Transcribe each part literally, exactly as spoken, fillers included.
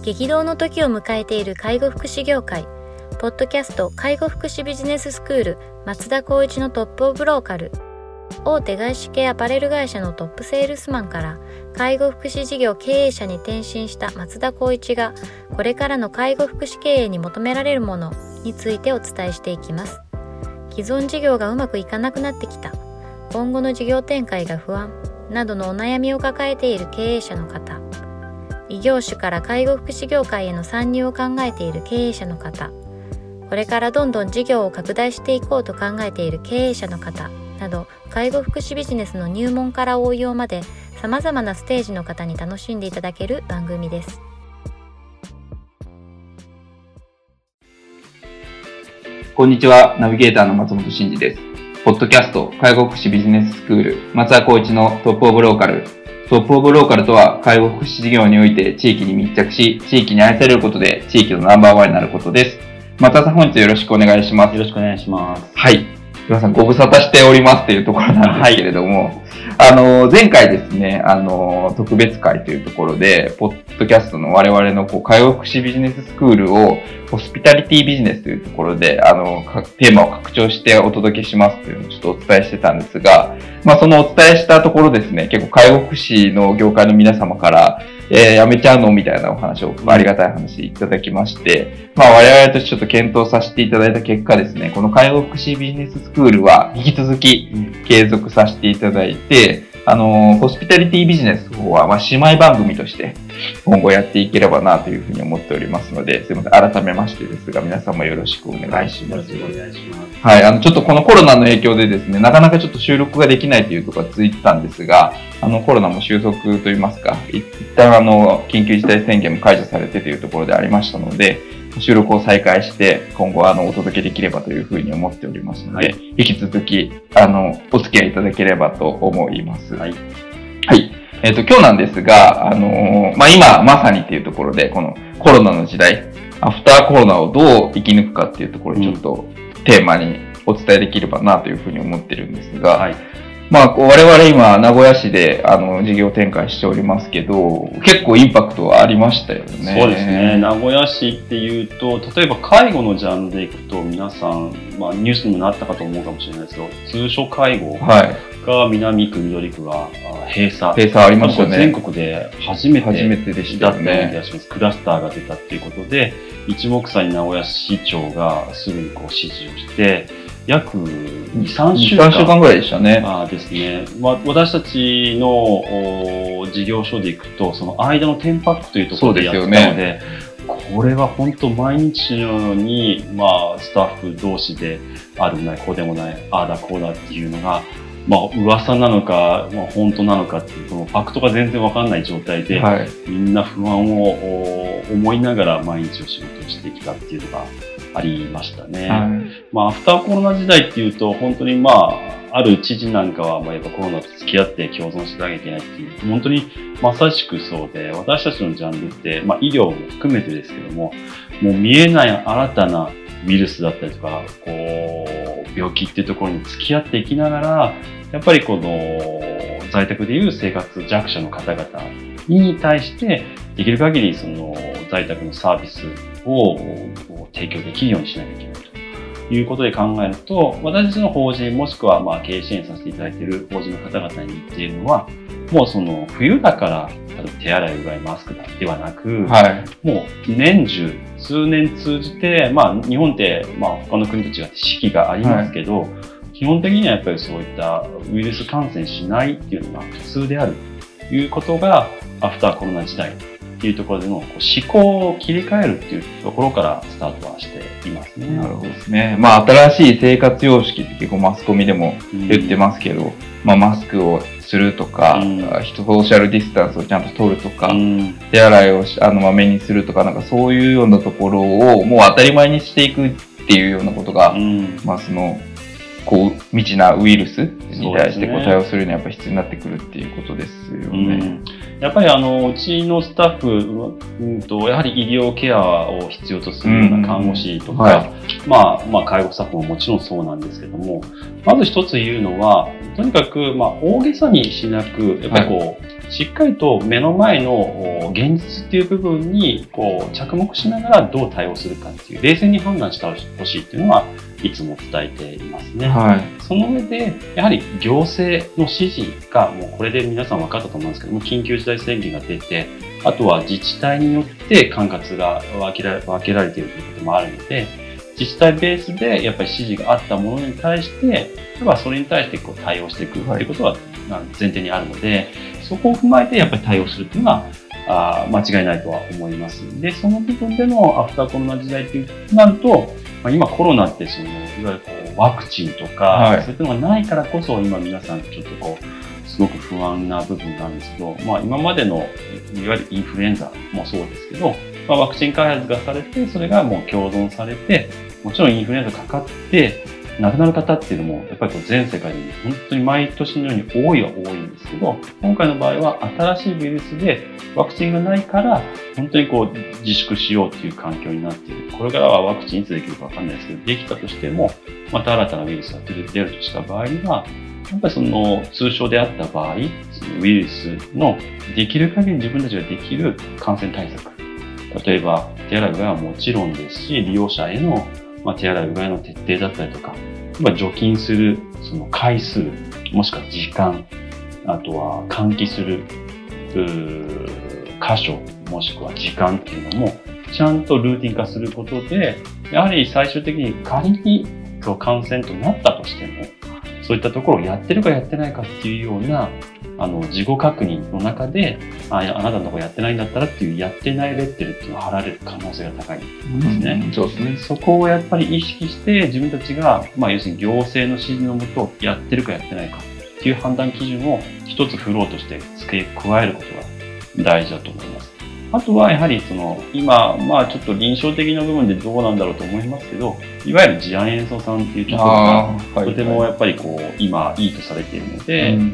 激動の時を迎えている介護福祉業界。ポッドキャスト介護福祉ビジネススクール松田光一のトップオブローカル。大手外資系アパレル会社のトップセールスマンから介護福祉事業経営者に転身した松田光一が、これからの介護福祉経営に求められるものについてお伝えしていきます。既存事業がうまくいかなくなってきた、今後の事業展開が不安などのお悩みを抱えている経営者の方、異業種から介護福祉業界への参入を考えている経営者の方、これからどんどん事業を拡大していこうと考えている経営者の方など、介護福祉ビジネスの入門から応用まで様々なステージの方に楽しんでいただける番組です。 こんにちは、ナビゲーターの松本真嗣です。ポッドキャスト介護福祉ビジネススクール松田光一のトップオブローカル。トップオブローカルとは、介護福祉事業において地域に密着し、地域に愛されることで地域のナンバーワンになることです。松田さん、本日よろしくお願いします。 よろしくお願いします。 はい。皆さんご無沙汰しておりますというところなんですけれども、はい、あの、前回ですね、あの、特別会というところで、ポッドキャストの我々のこう介護福祉ビジネススクールを、ホスピタリティビジネスというところで、あの、テーマを拡張してお届けしますというのをちょっとお伝えしてたんですが、まあ、そのお伝えしたところですね、結構介護福祉の業界の皆様から、えー、やめちゃうのみたいなお話を、ありがたい話いただきまして、まあ、我々としてちょっと検討させていただいた結果ですね、この介護福祉ビジネススクールは引き続き継続させていただいて、あの、ホスピタリティビジネスの方は、まあ、姉妹番組として今後やっていければなというふうに思っておりますので、すみません、改めましてですが、皆さんもよろしくお願いします。 よろしくお願いします。 はい、あの、ちょっとこのコロナの影響でですね、なかなかちょっと収録ができないというところが続いてたんですが、あの、コロナも収束といいますか、一旦あの、緊急事態宣言も解除されてというところでありましたので、収録を再開して、今後あの、お届けできればというふうに思っておりますので、はい、引き続き、あの、お付き合いいただければと思います。はい。はい。えっと、今日なんですが、あのー、まあ、今、まさにっていうところで、このコロナの時代、アフターコロナをどう生き抜くかっていうところにちょっとテーマにお伝えできればなというふうに思ってるんですが、はい、まあ、我々今、名古屋市で、あの、事業展開しておりますけど、結構インパクトはありましたよね。 そうですね。名古屋市っていうと、例えば介護のジャンルでいくと、皆さん、まあ、ニュースにもなったかと思うかもしれないですけど、通所介護が南区、緑区が閉鎖。 閉鎖ありましたね。 全国で初めて、 初めてでしたよね。 クラスターが出たっていうことで、一目散に名古屋市長がすぐにこう指示をして、約に、さんしゅうかん。 に、さんしゅうかんぐらいでしたね。 あですね。まあ、私たちの事業所でいくと、その間のテンパックというところでやったので、でこれは本当毎日のように、まあ、スタッフ同士で、あるもない、こうでもない、ああだこうだっていうのが、まあ、噂なのか、まあ、本当なのかっていう、そのファクトが全然わかんない状態で、はい、みんな不安を思いながら毎日を仕事をしてきたっていうのがありましたね。はい、まあ、アフターコロナ時代っていうと、本当にまあ、ある知事なんかは、まあ、やっぱコロナと付き合って共存していかなきゃいけないっていう、本当にまさしくそうで、私たちのジャンルって、まあ、医療も含めてですけども、もう見えない新たなウイルスだったりとか、こう、病気っていうところに付き合っていきながら、やっぱりこの在宅でいう生活弱者の方々に対してできる限りその在宅のサービスを提供できるようにしなきゃいけないということで考えると、私たちの法人もしくはまあ経営支援させていただいている法人の方々に言っているのは、もうその冬だから手洗いうがいマスクだではなく、はい、もう年中数年通じて、まあ日本ってまあ他の国と違って四季がありますけど、はい、基本的にはやっぱりそういったウイルス感染しないっていうのが普通であるということがアフターコロナ時代っていうところでのこう思考を切り替えるっていうところからスタートはしていますね。 なるほどですね。まあ新しい生活様式って結構マスコミでも言ってますけど、うん、まあマスクをするとか、うん、ソーシャルディスタンスをちゃんと取るとか、うん、手洗いをあのまめにするとか、なんかそういうようなところをもう当たり前にしていくっていうようなことが、うん、まあそのこう未知なウイルスに対してこう対応するにはやっぱ必要になってくるっていうことですよね。うん、 やっぱりあのうちのスタッフ、うんとやはり医療ケアを必要とするような看護師とか、うんはい、まあまあ介護スタッフももちろんそうなんですけども、まず一つ言うのはとにかくまあ大げさにしなくやっぱりこう、はい、 しっかりと目の前の現実っていう部分にこう着目しながらどう対応するかっていう冷静に判断してほしいっていうのはいつも伝えていますね。 はい、 その上でやはり行政の指示がもうこれで皆さん分かったと思うんですけども、緊急事態宣言が出て、あとは自治体によって管轄が分けられ、分けられているということもあるので、自治体ベースでやっぱり指示があったものに対して、それに対してこう対応していくということは前提にあるので、そこを踏まえてやっぱり対応するというのはあ間違いないとは思います。で、その部分でのアフターコロナ時代となると、まあ、今コロナってそのいわゆるこうワクチンとか、はい、そういったのがないからこそ今皆さんちょっとこうすごく不安な部分なんですけど、まあ、今までのいわゆるインフルエンザもそうですけど、まあ、ワクチン開発がされて、それがもう共存されて、もちろんインフルエンザかかって亡くなる方っていうのもやっぱりこう全世界で本当に毎年のように多いは多いんですけど、今回の場合は新しいウイルスでワクチンがないから本当にこう自粛しようっていう環境になっている。これからはワクチンいつできるかわかんないですけど、できたとしてもまた新たなウイルスが出るとした場合には、やっぱりその通症であった場合、そのウイルスのできる限り自分たちができる感染対策、例えば手洗いうがいはもちろんですし、利用者へのまあ、手洗いうがいの徹底だったりとか、除菌するその回数、もしくは時間、あとは換気する箇所、もしくは時間っていうのもちゃんとルーティン化することで、やはり最終的に仮に感染となったとしても、そういったところをやってるかやってないかっていうようなあの自己確認の中で、あ、あなたのところやってないんだったらっていうやってないレッテルっていうのを貼られる可能性が高いんですね。 うん、そうですね。 そこをやっぱり意識して自分たちが、まあ要するに行政の指示のもとやってるかやってないかっていう判断基準を一つフローとして付け加えることが大事だと思います。あとはやはりその今、まあちょっと臨床的な部分でどうなんだろうと思いますけど、いわゆる次亜塩素酸っていうところがとてもやっぱりこう今いいとされているので、うん、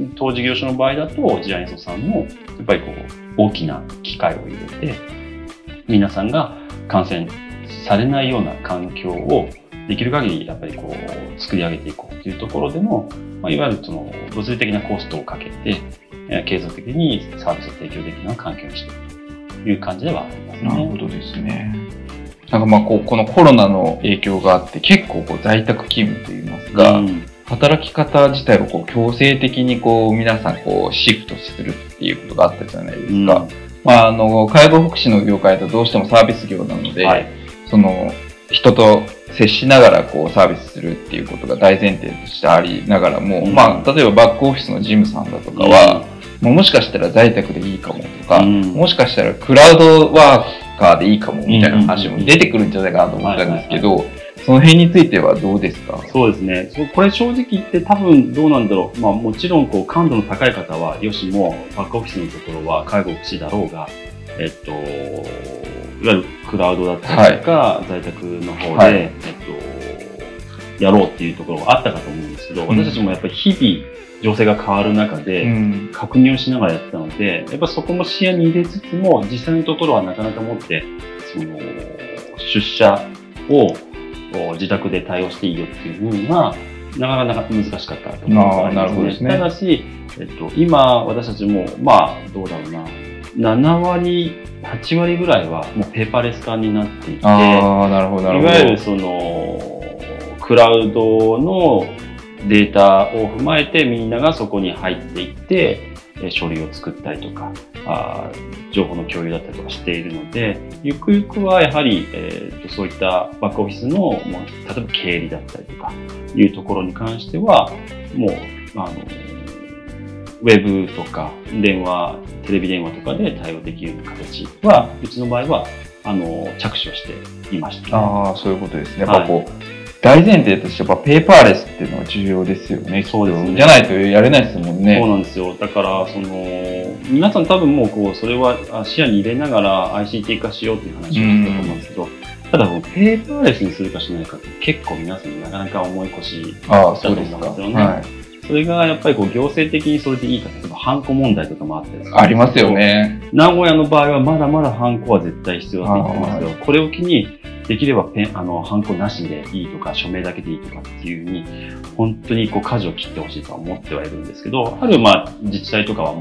当事業所の場合だと次亜塩素酸もやっぱりこう大きな機械を入れて皆さんが感染されないような環境をできる限りやっぱりこう作り上げていこうというところでの、まあ、いわゆるその物理的なコストをかけて継続的にサービスを提供できるような環境にしていくという感じではありますね。 なるほどですね。なんかまあこうこのコロナの影響があって結構こう在宅勤務といいますか、うん、働き方自体をこう強制的にこう皆さんこうシフトするっていうことがあったじゃないですか。うん、まああの介護福祉の業界だとどうしてもサービス業なので、はい、その人と接しながらこうサービスするっていうことが大前提としてありながらも、うん、まあ例えばバックオフィスの事務さんだとかは、うん、もしかしたら在宅でいいかもとか、うん、もしかしたらクラウドワーカーでいいかもみたいな話も出てくるんじゃないかなと思ったんですけど、その辺についてはどうですか？ そうですね。これ正直言って多分どうなんだろう。まあもちろんこう感度の高い方はよしもバックオフィスのところは介護福祉だろうが、えっと、いわゆるクラウドだったりとか、はい、在宅の方で、はい、えっと、やろうっていうところがあったかと思うんですけど、うん、私たちもやっぱり日々情勢が変わる中で確認をしながらやってたので、やっぱそこも視野に入れつつも実際のところはなかなかもってその出社を自宅で対応していいよっていうのはなかなか難しかったと思いますね。ただし、えっと、今私たちもまあどうだろうなななわりはちわりぐらいはもうペーパーレス化になっていて、 あ、なるほどなるほど。 いわゆるそのクラウドのデータを踏まえてみんながそこに入っていって書類を作ったりとかあ情報の共有だったりとかしているので、ゆくゆくはやはり、えー、とそういったバックオフィスのもう例えば経理だったりとかいうところに関してはもうあのウェブとか電話テレビ電話とかで対応できるような形はうちの場合はあの着手をしていました、ね、 ああ、そういうことですね。やっぱこう、はい、大前提としてやっぱペーパーレスっていうのは重要ですよね。 そうですね。 じゃないとやれないですもんね。 そうなんですよ。だからその皆さん多分もうこうそれは視野に入れながら アイシーティー 化しようっていう話をしたと思うんですけど、ただもうペーパーレスにするかしないかって結構皆さんなかなか重い腰だと思うんですよね。はい、それがやっぱりこう行政的にそれでいいか、例えばハンコ問題とかもあってですね。 ありますよね。 名古屋の場合はまだまだハンコは絶対必要だと言ってますよ。これを機にできればペン、あの、ハンコなしでいいとか、署名だけでいいとかっていうふうに、本当にこう、舵を切ってほしいとは思ってはいるんですけど、あるまあ、自治体とかはもう、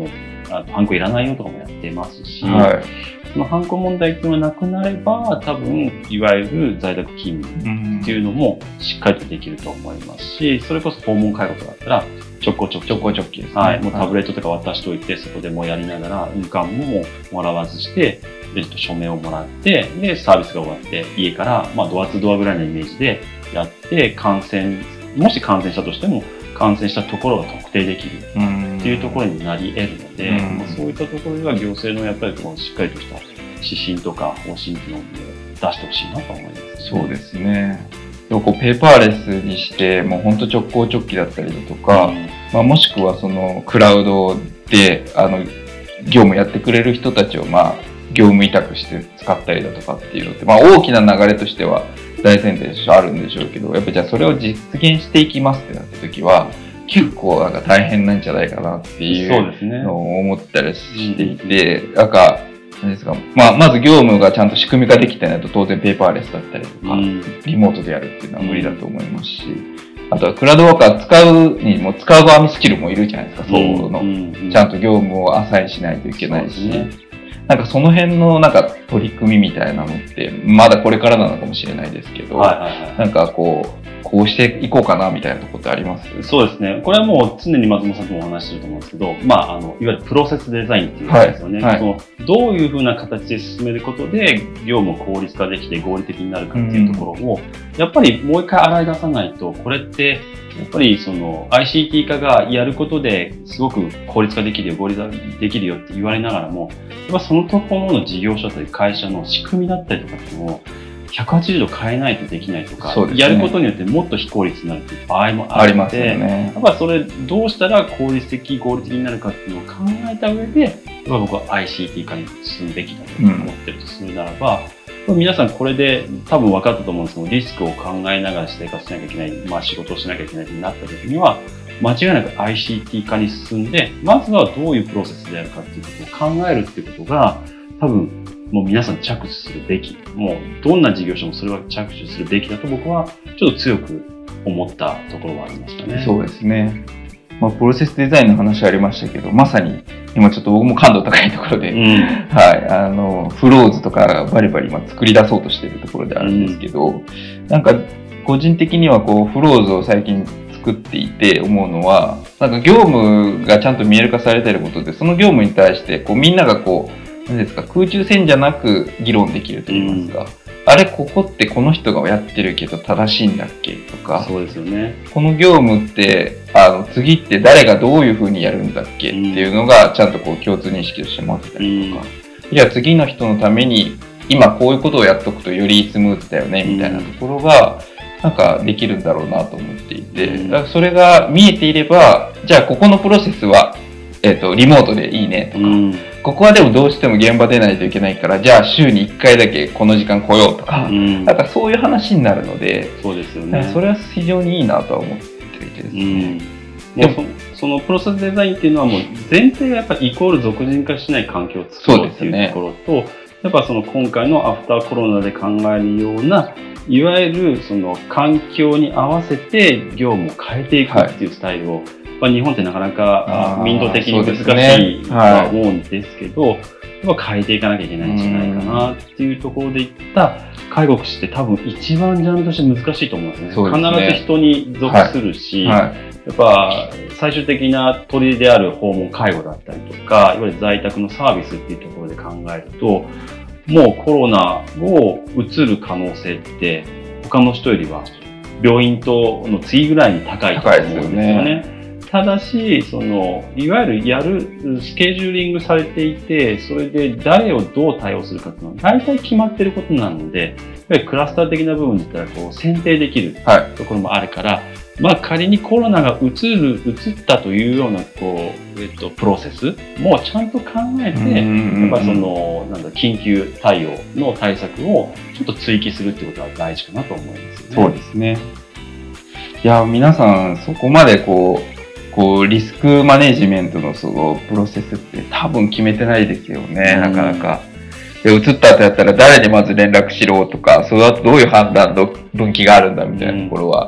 あハンコいらないよとかもやってますし、 はい、 そのハンコ問題っていうのがなくなれば、多分いわゆる在宅勤務っていうのもしっかりとできると思いますし、それこそ訪問介護とかだったら直行直帰直行直帰ですね。 はい、もうタブレットとか渡しておいて、そこでもうやりながら印鑑ももらわずして、えっと、署名をもらって、でサービスが終わって家から、まあ、ドアツードアぐらいのイメージでやって、感染もし感染したとしても感染したところが特定できるっていうところになり得るので、まあ、そういったところでは行政のやっぱりこうしっかりとした指針とか方針っていうのを出してほしいなと思います、ね。 そうですね。でもこうペーパーレスにしてもう本当直行直帰だったりだとか、うん、まあ、もしくはそのクラウドであの業務やってくれる人たちをまあ業務委託して使ったりだとかっていうのって、まあ、大きな流れとしては大前提としてあるんでしょうけど、やっぱじゃあそれを実現していきますってなった時は結構なんか大変なんじゃないかなっていうのを思ったりしていて、うん、なんか何ですか、まあ、まず業務がちゃんと仕組み化できてないと当然ペーパーレスだったりとか、うん、リモートでやるっていうのは無理だと思いますし、うん、あとはクラウドワーカー使うにも使う側のスキルもいるじゃないですか、そうの、うんうん、ちゃんと業務をアサインしないといけないし、ね、なんかその辺のなんか取り組みみたいなのってまだこれからなのかもしれないですけど、はいはいはい、なんかこうこうしていこうかなみたいなところってあります？ そうですね。これはもう常に松本さんともお話ししてると思うんですけど、まあ、あの、いわゆるプロセスデザインっていうんですよね。はいはい、そのどういうふうな形で進めることで業務を効率化できて合理的になるかっていうところを、うん、やっぱりもう一回洗い出さないと、これって、やっぱりその アイシーティー 化がやることですごく効率化できるよ、合理化できるよって言われながらも、やっぱそのところの事業所だったり会社の仕組みだったりとかっていうのをひゃくはちじゅうど変えないとできないとか、ね、やることによってもっと非効率になるっていう場合もあるので、ありますよね。やっぱそれどうしたら効率的、合理的になるかっていうのを考えた上で、やっぱ僕は アイシーティー 化に進むべきだと思ってるとするならば、うん、皆さんこれで多分分かったと思うんですけど、リスクを考えながら生活しなきゃいけない、まあ仕事をしなきゃいけないとなった時には、間違いなく アイシーティー 化に進んで、まずはどういうプロセスでやるかっていうことを考えるっていうことが、多分もう皆さん着手するべき、もうどんな事業所もそれは着手するべきだと僕はちょっと強く思ったところはありましたね。 そうですね。まあ、プロセスデザインの話ありましたけど、まさに今ちょっと僕も感度高いところで、うん、はい、あの、フローズとかバリバリ今作り出そうとしているところであるんですけど、うん、なんか個人的にはこうフローズを最近作っていて思うのは、なんか業務がちゃんと見える化されていることで、その業務に対してこうみんながこう、何ですか、空中戦じゃなく議論できると言いますか、うん、あれここってこの人がやってるけど正しいんだっけとか、 そうですよね。 この業務ってあの次って誰がどういう風にやるんだっけっていうのがちゃんとこう共通認識として持ってたりとか、うん、いや次の人のために今こういうことをやっとくとよりスムーズだよねみたいなところがなんかできるんだろうなと思っていて、うん、だからそれが見えていれば、じゃあここのプロセスはえっとリモートでいいねとか、うん、ここはでもどうしても現場出ないといけないから、じゃあ週にいっかいだけこの時間来ようとか、うん、なんかそういう話になるので、 そうですよね。 それは非常にいいなとは思っていてですね。うん、 でもそ, そのプロセスデザインっていうのはもう前提がやっぱりイコール俗人化しない環境を作ろうっていうところと、ね、やっぱその今回のアフターコロナで考えるようないわゆるその環境に合わせて業務を変えていくっていうスタイルを、はい、まあ、日本ってなかなか民度的に難しいとは思うんですけど、ね、はい、やっぱ変えていかなきゃいけないんじゃないかなっていうところでいった介護福祉って多分一番ジャンルとして難しいと思うんですね。そうですね。必ず人に属するし、はいはい、やっぱ最終的な取りである訪問介護だったりとか、いわゆる在宅のサービスっていうところで考えると、もうコロナをうつる可能性って他の人よりは病院との次ぐらいに高いと思うんですよね。ただし、そのいわゆるやるスケジューリングされていて、それで誰をどう対応するかっていうのは大体決まっていることなので、やっぱりクラスター的な部分で言ったらこう選定できるところもあるから、はい、まあ仮にコロナがうつる、うつったというようなこう、えっと、プロセスもちゃんと考えて、やっぱその、なんだ、緊急対応の対策をちょっと追記するってことは大事かなと思いますよね。 そうですね。いや、皆さんそこまでこう、こうリスクマネジメントのそのプロセスって多分決めてないですよね、なかなか。で、移った後やったら誰にまず連絡しろとか、その後どういう判断の分岐があるんだみたいなところは、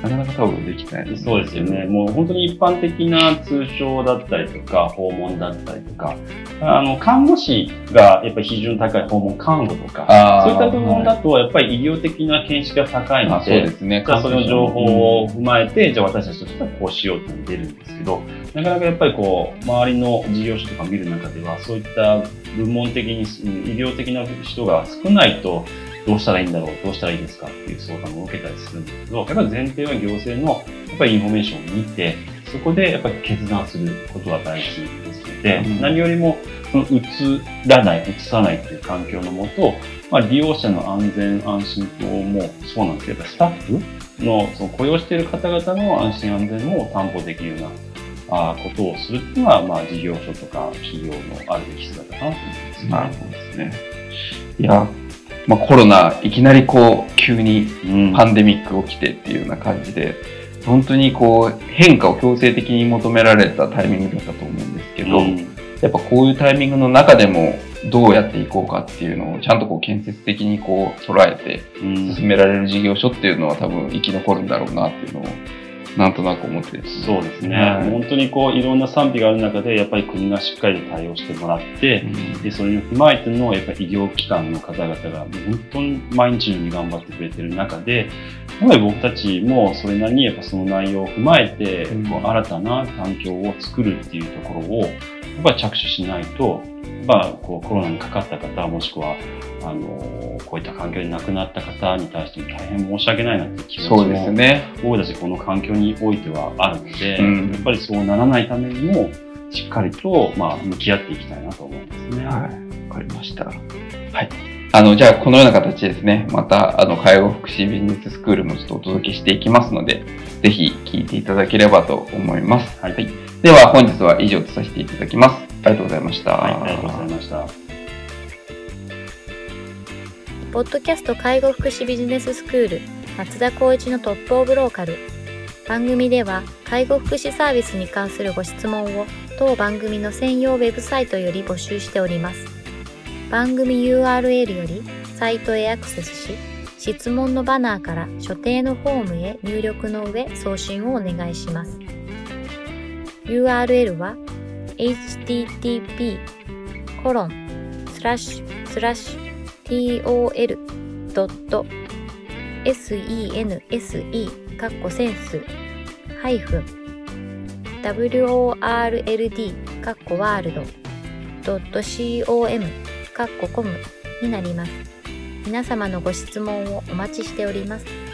なかなか多分できないですね。 そうですよね。もう本当に一般的な通称だったりとか、訪問だったりとか、あの、看護師がやっぱり比重の高い訪問看護とか、そういった部分だと、やっぱり医療的な見識が高いので、 そうですね。 じゃあその情報を踏まえて、じゃあ私たちとしてはこうしようっていうのが出るんですけど、なかなかやっぱりこう、周りの事業所とか見る中では、そういった部門的に、医療的な人が少ないと、どうしたらいいんだろう、どうしたらいいですかっていう相談を受けたりするんですけど、やっぱり前提は行政のやっぱりインフォメーションを見て、そこでやっぱり決断することが大事ですので、うん、何よりもその移らない、移さないっていう環境のもと、まあ、利用者の安全安心等もそうなんですけど、スタッフのその雇用している方々の安心安全も担保できるようなあことをするっていうのは、まあ、事業所とか企業のあるべき姿かなと思いますね。 なるほどですね。いや、まあ、コロナいきなりこう急にパンデミック起きてっていうような感じで、うん、本当にこう変化を強制的に求められたタイミングだったと思うんですけど、うん、やっぱこういうタイミングの中でもどうやっていこうかっていうのをちゃんとこう建設的にこう捉えて進められる事業所っていうのは多分生き残るんだろうなっていうのをなんとなく思ってですね。 そうですね。はい、本当にこういろんな賛否がある中でやっぱり国がしっかり対応してもらって、うん、でそれに踏まえてのやっぱり医療機関の方々が本当に毎日のように頑張ってくれてる中で、やっぱり僕たちもそれなりにやっぱその内容を踏まえて、うん、こう新たな環境を作るっていうところをやっぱり着手しないと、まあ、こうコロナにかかった方もしくはあのこういった環境に亡くなった方に対して大変申し訳ないなっていう気持ちも、そうですね、僕たちこの環境においてはあるので、うん、やっぱりそうならないためにもしっかりと、まあ、向き合っていきたいなと思いますね。 はい、わかりました。はい。あの、じゃあこのような形ですね、またあの介護福祉ビジネススクールもちょっとお届けしていきますので、ぜひ聞いていただければと思います。はい。はい、では本日は以上とさせていただきます。ありがとうございました。 はい、ありがとうございました。 ポッドキャスト介護福祉ビジネススクール松田光一のトップオブローカル。番組では介護福祉サービスに関するご質問を当番組の専用ウェブサイトより募集しております。番組 ユーアールエル よりサイトへアクセスし、質問のバナーから所定のフォームへ入力の上送信をお願いします。ユーアールエル は エイチティーティーピーコロンスラッシュスラッシュ tol ドット sense かっこセンスハイフン world かっこワールドドット com かっこコムになります。皆様のご質問をお待ちしております。